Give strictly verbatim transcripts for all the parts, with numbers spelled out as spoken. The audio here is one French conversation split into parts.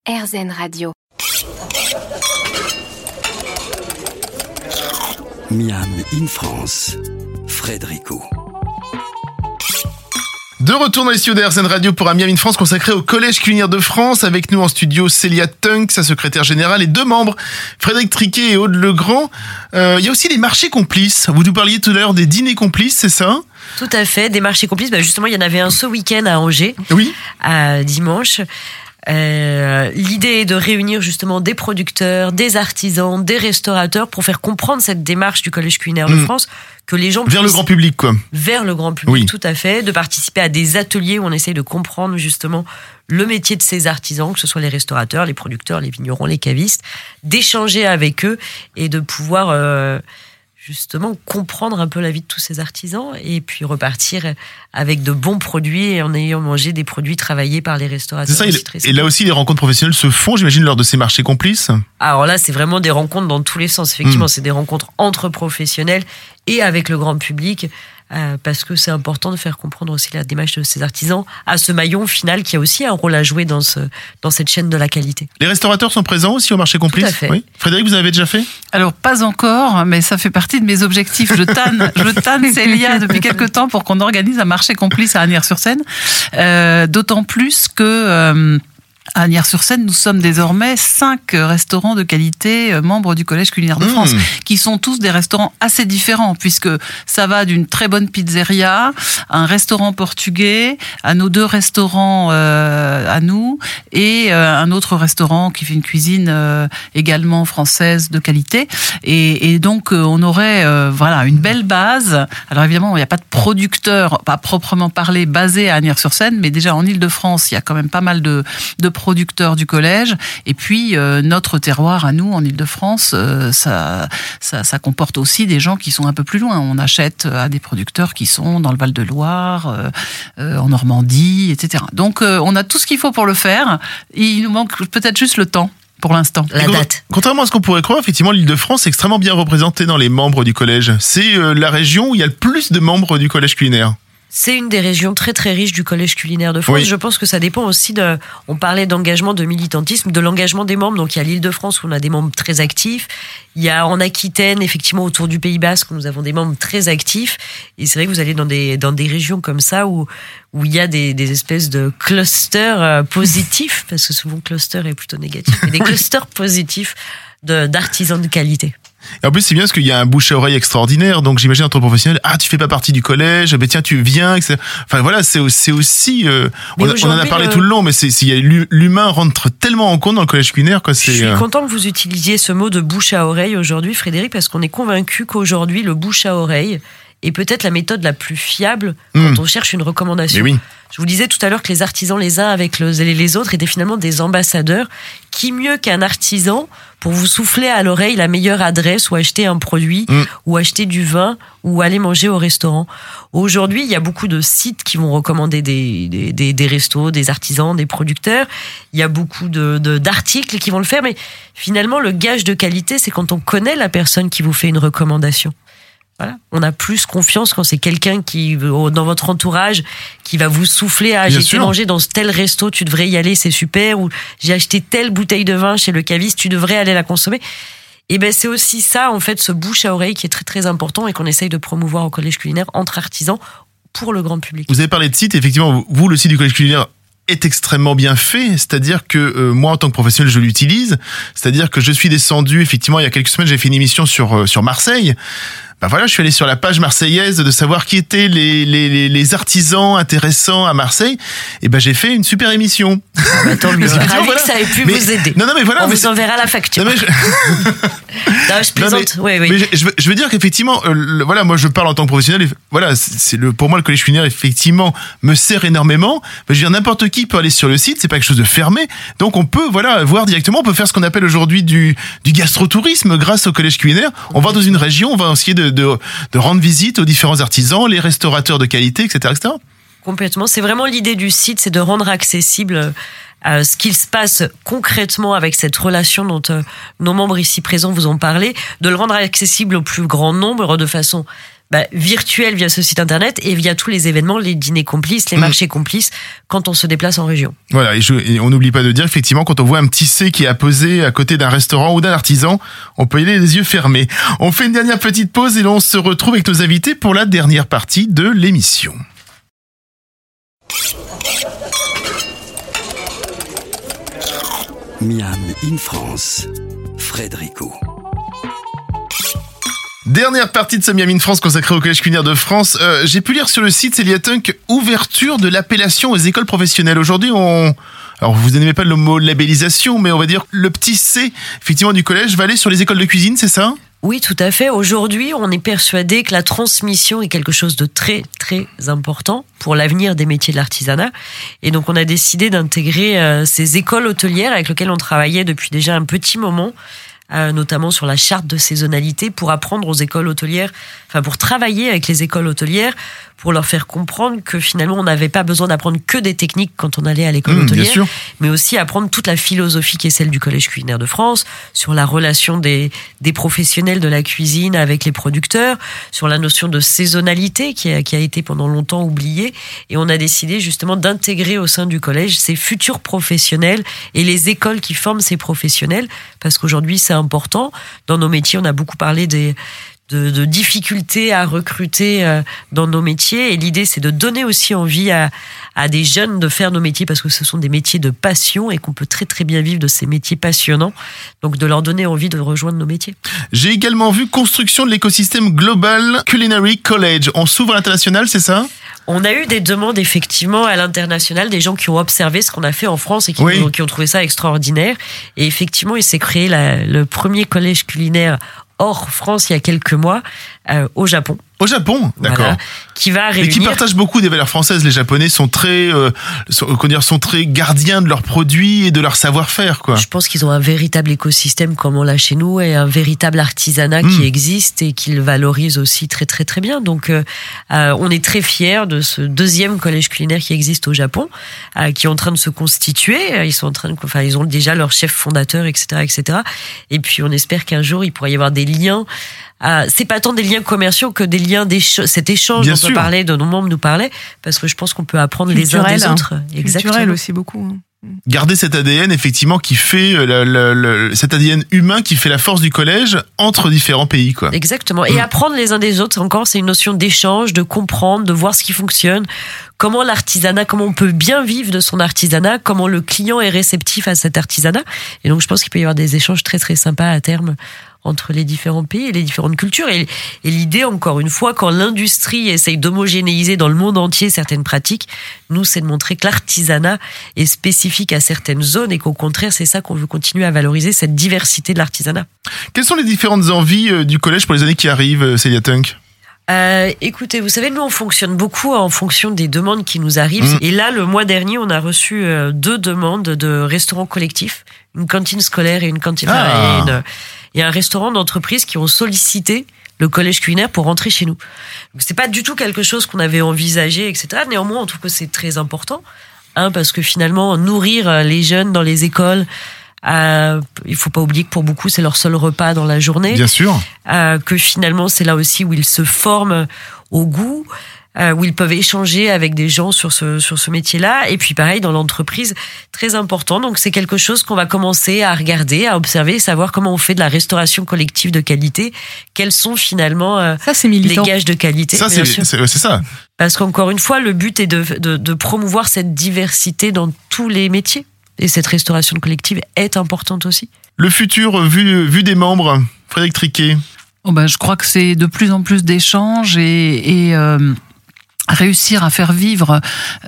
RZN Radio. Miam in France, Frédérico. De retour dans les studios de RZN Radio pour un Miam in France consacré au Collège culinaire de France. Avec nous en studio Célia Tunk, sa secrétaire générale, et deux membres, Frédéric Triquet et Aude Legrand. Euh, il y a aussi les marchés complices. Vous nous parliez tout à l'heure des dîners complices, c'est ça ? Tout à fait, des marchés complices. Bah justement, il y en avait un ce week-end à Angers, oui. à dimanche. Euh, l'idée est de réunir justement des producteurs, des artisans, des restaurateurs pour faire comprendre cette démarche du Collège culinaire de mmh. France, que les gens vers le grand public, quoi. Vers le grand public, oui. Tout à fait, de participer à des ateliers où on essaye de comprendre justement le métier de ces artisans, que ce soit les restaurateurs, les producteurs, les vignerons, les cavistes, d'échanger avec eux et de pouvoir euh, justement comprendre un peu la vie de tous ces artisans et puis repartir avec de bons produits et en ayant mangé des produits travaillés par les restaurateurs. C'est ça, et, et là aussi les rencontres professionnelles se font, j'imagine, lors de ces marchés complices. Alors là, c'est vraiment des rencontres dans tous les sens. Effectivement, mmh. c'est des rencontres entre professionnels et avec le grand public. Euh, parce que c'est important de faire comprendre aussi la démarche de ces artisans à ce maillon final qui a aussi un rôle à jouer dans, ce, dans cette chaîne de la qualité. Les restaurateurs sont présents aussi au marché complice ? Tout à fait. Oui. Frédéric, vous avez déjà fait ? Alors, pas encore, mais ça fait partie de mes objectifs. Je tanne, je tanne Célia depuis quelques temps pour qu'on organise un marché complice à Asnières-sur-Seine. Euh, d'autant plus que... Euh, À Asnières-sur-Seine, nous sommes désormais cinq restaurants de qualité membres du Collège culinaire de mmh. France, qui sont tous des restaurants assez différents, puisque ça va d'une très bonne pizzeria, un restaurant portugais, à nos deux restaurants euh, à nous, et euh, un autre restaurant qui fait une cuisine euh, également française de qualité. Et, et donc, euh, on aurait euh, voilà une belle base. Alors évidemment, il n'y a pas de producteur, pas proprement parlé, basé à Asnières-sur-Seine, mais déjà en Île-de-France, il y a quand même pas mal de, de producteurs du collège, et puis euh, notre terroir à nous en Île-de-France, euh, ça, ça, ça comporte aussi des gens qui sont un peu plus loin. On achète à des producteurs qui sont dans le Val-de-Loire, euh, euh, en Normandie, et cetera. Donc euh, on a tout ce qu'il faut pour le faire. Il nous manque peut-être juste le temps. Pour l'instant. La date. Contrairement à ce qu'on pourrait croire, effectivement, l'Île-de-France est extrêmement bien représentée dans les membres du collège. C'est euh, la région où il y a le plus de membres du collège culinaire. C'est une des régions très très riches du Collège culinaire de France. Oui. Je pense que ça dépend aussi de... On parlait d'engagement, de militantisme, de l'engagement des membres. Donc il y a l'Île-de-France où on a des membres très actifs. Il y a en Aquitaine, effectivement, autour du Pays Basque, où nous avons des membres très actifs. Et c'est vrai que vous allez dans des, dans des régions comme ça où, où il y a des, des espèces de clusters positifs, parce que souvent cluster est plutôt négatif, mais des clusters positifs de, d'artisans de qualité. Et en plus, c'est bien parce qu'il y a un bouche à oreille extraordinaire. Donc, j'imagine entre professionnels, ah, tu fais pas partie du collège, ben tiens, tu viens, et cetera. Enfin, voilà, c'est, c'est aussi, euh, on, on en a parlé le... tout le long, mais c'est, c'est, l'humain rentre tellement en compte dans le collège culinaire, quoi. C'est, Je suis euh... content que vous utilisiez ce mot de bouche à oreille aujourd'hui, Frédéric, parce qu'on est convaincu qu'aujourd'hui, le bouche à oreille est peut-être la méthode la plus fiable quand mmh. on cherche une recommandation. Oui. Je vous disais tout à l'heure que les artisans, les uns avec les autres, étaient finalement des ambassadeurs. Qui mieux qu'un artisan pour vous souffler à l'oreille la meilleure adresse ou acheter un produit mmh. ou acheter du vin ou aller manger au restaurant. Aujourd'hui, il y a beaucoup de sites qui vont recommander des, des, des, des restos, des artisans, des producteurs. Il y a beaucoup de, de, d'articles qui vont le faire. Mais finalement, le gage de qualité, c'est quand on connaît la personne qui vous fait une recommandation. Voilà. On a plus confiance quand c'est quelqu'un qui, dans votre entourage, qui va vous souffler, ah, j'ai été manger dans tel resto, tu devrais y aller, c'est super, ou j'ai acheté telle bouteille de vin chez le caviste, tu devrais aller la consommer. Et ben, c'est aussi ça, en fait, ce bouche à oreille qui est très, très important et qu'on essaye de promouvoir au collège culinaire entre artisans pour le grand public. Vous avez parlé de site, effectivement, vous, le site du collège culinaire est extrêmement bien fait, c'est-à-dire que euh, moi en tant que professionnel je l'utilise, c'est-à-dire que je suis descendu, effectivement il y a quelques semaines j'ai fait une émission sur euh, sur Marseille. Ben voilà, je suis allé sur la page marseillaise de savoir qui étaient les, les, les artisans intéressants à Marseille. Et ben, j'ai fait une super émission. Ah bah, tant mieux. Ravi voilà. que ça ait pu mais, vous aider. Non, non, mais voilà. On mais vous enverra la facture. Non, mais je... non, je plaisante. Non, mais, oui, oui. Mais je, je, veux, je veux dire qu'effectivement, euh, le, voilà, moi, je parle en tant que professionnel. Et, voilà, c'est le, pour moi, le collège culinaire, effectivement, me sert énormément. Ben, je veux dire, n'importe qui peut aller sur le site. C'est pas quelque chose de fermé. Donc, on peut, voilà, voir directement. On peut faire ce qu'on appelle aujourd'hui du, du gastrotourisme grâce au collège culinaire. On va dans une région, on va essayer de, de, de rendre visite aux différents artisans, les restaurateurs de qualité, et cetera, et cetera. Complètement. C'est vraiment l'idée du site, c'est de rendre accessible euh, ce qu'il se passe concrètement avec cette relation dont euh, nos membres ici présents vous ont parlé, de le rendre accessible au plus grand nombre de façon bah, virtuel via ce site internet et via tous les événements, les dîners complices, les Mmh. marchés complices, quand on se déplace en région. Voilà, et, je, et on n'oublie pas de dire, effectivement, quand on voit un petit C qui est apposé à côté d'un restaurant ou d'un artisan, on peut y aller les yeux fermés. On fait une dernière petite pause et l'on se retrouve avec nos invités pour la dernière partie de l'émission. Miam in France, Frédérico. Dernière partie de ce Miam in France consacrée au Collège culinaire de France. Euh, j'ai pu lire sur le site Célia Tunk, ouverture de l'appellation aux écoles professionnelles. Aujourd'hui, on... Alors, vous n'aimez pas le mot labellisation, mais on va dire le petit C, effectivement, du collège va aller sur les écoles de cuisine, c'est ça ? Oui, tout à fait. Aujourd'hui, on est persuadé que la transmission est quelque chose de très, très important pour l'avenir des métiers de l'artisanat. Et donc, on a décidé d'intégrer euh, ces écoles hôtelières avec lesquelles on travaillait depuis déjà un petit moment, euh, notamment sur la charte de saisonnalité, pour apprendre aux écoles hôtelières, enfin, pour travailler avec les écoles hôtelières, pour leur faire comprendre que finalement, on n'avait pas besoin d'apprendre que des techniques quand on allait à l'école Mmh, hôtelière, bien sûr. mais aussi apprendre toute la philosophie qui est celle du Collège culinaire de France, sur la relation des, des professionnels de la cuisine avec les producteurs, sur la notion de saisonnalité qui a, qui a été pendant longtemps oubliée. Et on a décidé justement d'intégrer au sein du collège ces futurs professionnels et les écoles qui forment ces professionnels, parce qu'aujourd'hui, c'est important. Dans nos métiers, on a beaucoup parlé des... De, de difficultés à recruter euh, dans nos métiers, et l'idée c'est de donner aussi envie à, à des jeunes de faire nos métiers, parce que ce sont des métiers de passion et qu'on peut très très bien vivre de ces métiers passionnants, donc de leur donner envie de rejoindre nos métiers. J'ai également vu construction de l'écosystème Global Culinary College. On s'ouvre à l'international, c'est ça ? On a eu des demandes effectivement à l'international, des gens qui ont observé ce qu'on a fait en France et qui, Oui. ont, qui ont trouvé ça extraordinaire, et effectivement il s'est créé la, le premier collège culinaire hors France il y a quelques mois, euh, au Japon. Au Japon, d'accord. Voilà, qui va réunir... Et qui partagent beaucoup des valeurs françaises. Les Japonais sont très, euh, sont, comment dire, sont très gardiens de leurs produits et de leur savoir-faire, quoi. Je pense qu'ils ont un véritable écosystème comme on l'a chez nous, et un véritable artisanat Mmh. qui existe et qu'ils valorisent aussi très très très bien. Donc euh, euh, on est très fiers de ce deuxième collège culinaire qui existe au Japon, euh, qui est en train de se constituer. Ils sont en train de, enfin ils ont déjà leur chef fondateur, et cetera, et cetera. Et puis on espère qu'un jour il pourrait y avoir des liens. Euh, c'est pas tant des liens commerciaux que des liens d'échange, cet échange Bien dont sûr. on parlait, dont nos membres nous parlaient, parce que je pense qu'on peut apprendre les uns Culturel, des hein. autres. Culturel aussi beaucoup. Garder cet A D N, effectivement, qui fait le, le, le- cet A D N humain qui fait la force du collège entre différents pays, quoi. Exactement. Et Mm. apprendre les uns des autres, encore, c'est une notion d'échange, de comprendre, de voir ce qui fonctionne, comment l'artisanat, comment on peut bien vivre de son artisanat, comment le client est réceptif à cet artisanat. Et donc, je pense qu'il peut y avoir des échanges très, très sympas à terme entre les différents pays et les différentes cultures. Et, et l'idée, encore une fois, quand l'industrie essaye d'homogénéiser dans le monde entier certaines pratiques, nous, c'est de montrer que l'artisanat est spécifique à certaines zones et qu'au contraire, c'est ça qu'on veut continuer à valoriser, cette diversité de l'artisanat. Quelles sont les différentes envies euh, du collège pour les années qui arrivent, euh, Célia Tunk ? Euh, écoutez, vous savez, nous on fonctionne beaucoup en fonction des demandes qui nous arrivent. Mmh. Et là, le mois dernier, on a reçu euh, deux demandes de restaurants collectifs, une cantine scolaire et une cantine Ah. et, une- et un restaurant d'entreprise qui ont sollicité le collège culinaire pour rentrer chez nous. Donc c'est pas du tout quelque chose qu'on avait envisagé, et cetera. Néanmoins, on trouve que c'est très important, hein, parce que finalement, nourrir les jeunes dans les écoles. Euh, il faut pas oublier que pour beaucoup c'est leur seul repas dans la journée. Bien sûr. Euh, que finalement c'est là aussi où ils se forment au goût, euh, où ils peuvent échanger avec des gens sur ce sur ce métier-là. Et puis pareil dans l'entreprise, très important. Donc c'est quelque chose qu'on va commencer à regarder, à observer, savoir comment on fait de la restauration collective de qualité. Quels sont finalement euh, Ça, c'est les militant. gages de qualité. Ça, bien c'est, sûr. c'est, c'est ça. Parce qu'encore une fois, le but est de, de de promouvoir cette diversité dans tous les métiers. Et cette restauration collective est importante aussi. Le futur, vu, vu des membres, Frédéric Triquet. Oh ben, je crois que c'est de plus en plus d'échanges et, et euh, réussir à faire vivre,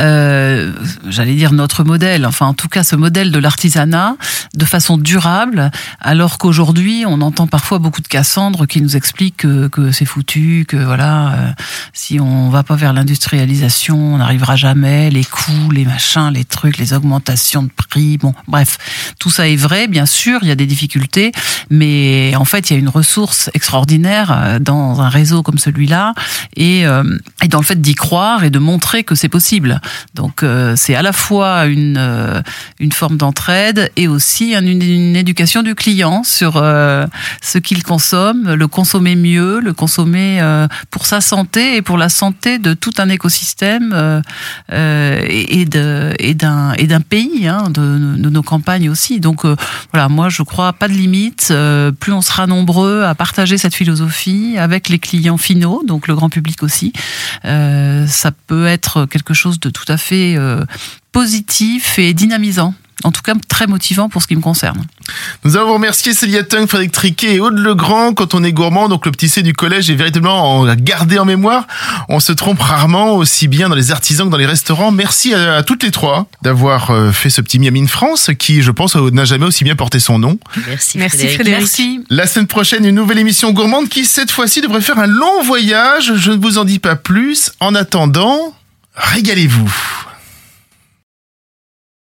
euh, j'allais dire notre modèle, enfin en tout cas ce modèle de l'artisanat de façon durable, alors qu'aujourd'hui on entend parfois beaucoup de Cassandre qui nous expliquent que, que c'est foutu, que voilà, euh, si on va pas vers l'industrialisation, on n'arrivera jamais, les coûts, les machins, les trucs, les augmentations de prix, bon bref, tout ça est vrai, bien sûr, il y a des difficultés, mais en fait il y a une ressource extraordinaire dans un réseau comme celui-là et, euh, et dans le fait d'y croire. croire et de montrer que c'est possible. Donc euh, c'est à la fois une euh, une forme d'entraide et aussi une, une éducation du client sur euh, ce qu'il consomme, le consommer mieux, le consommer euh, pour sa santé et pour la santé de tout un écosystème euh, euh, et, et de et d'un et d'un pays, hein, de, de nos campagnes aussi. Donc euh, voilà, moi je crois pas de limite. Euh, plus on sera nombreux à partager cette philosophie avec les clients finaux, donc le grand public aussi, euh, ça peut être quelque chose de tout à fait euh, positif et dynamisant. En tout cas, très motivant pour ce qui me concerne. Nous avons remercié Célia Tung, Frédéric Triquet et Aude Legrand. Quand on est gourmand, donc le petit C du collège est véritablement à garder en mémoire. On se trompe rarement, aussi bien dans les artisans que dans les restaurants. Merci à, à toutes les trois d'avoir fait ce petit Miam in France qui, je pense, n'a jamais aussi bien porté son nom. Merci, Merci Frédéric. Frédéric. Merci. La semaine prochaine, une nouvelle émission gourmande qui, cette fois-ci, devrait faire un long voyage. Je ne vous en dis pas plus. En attendant, régalez-vous.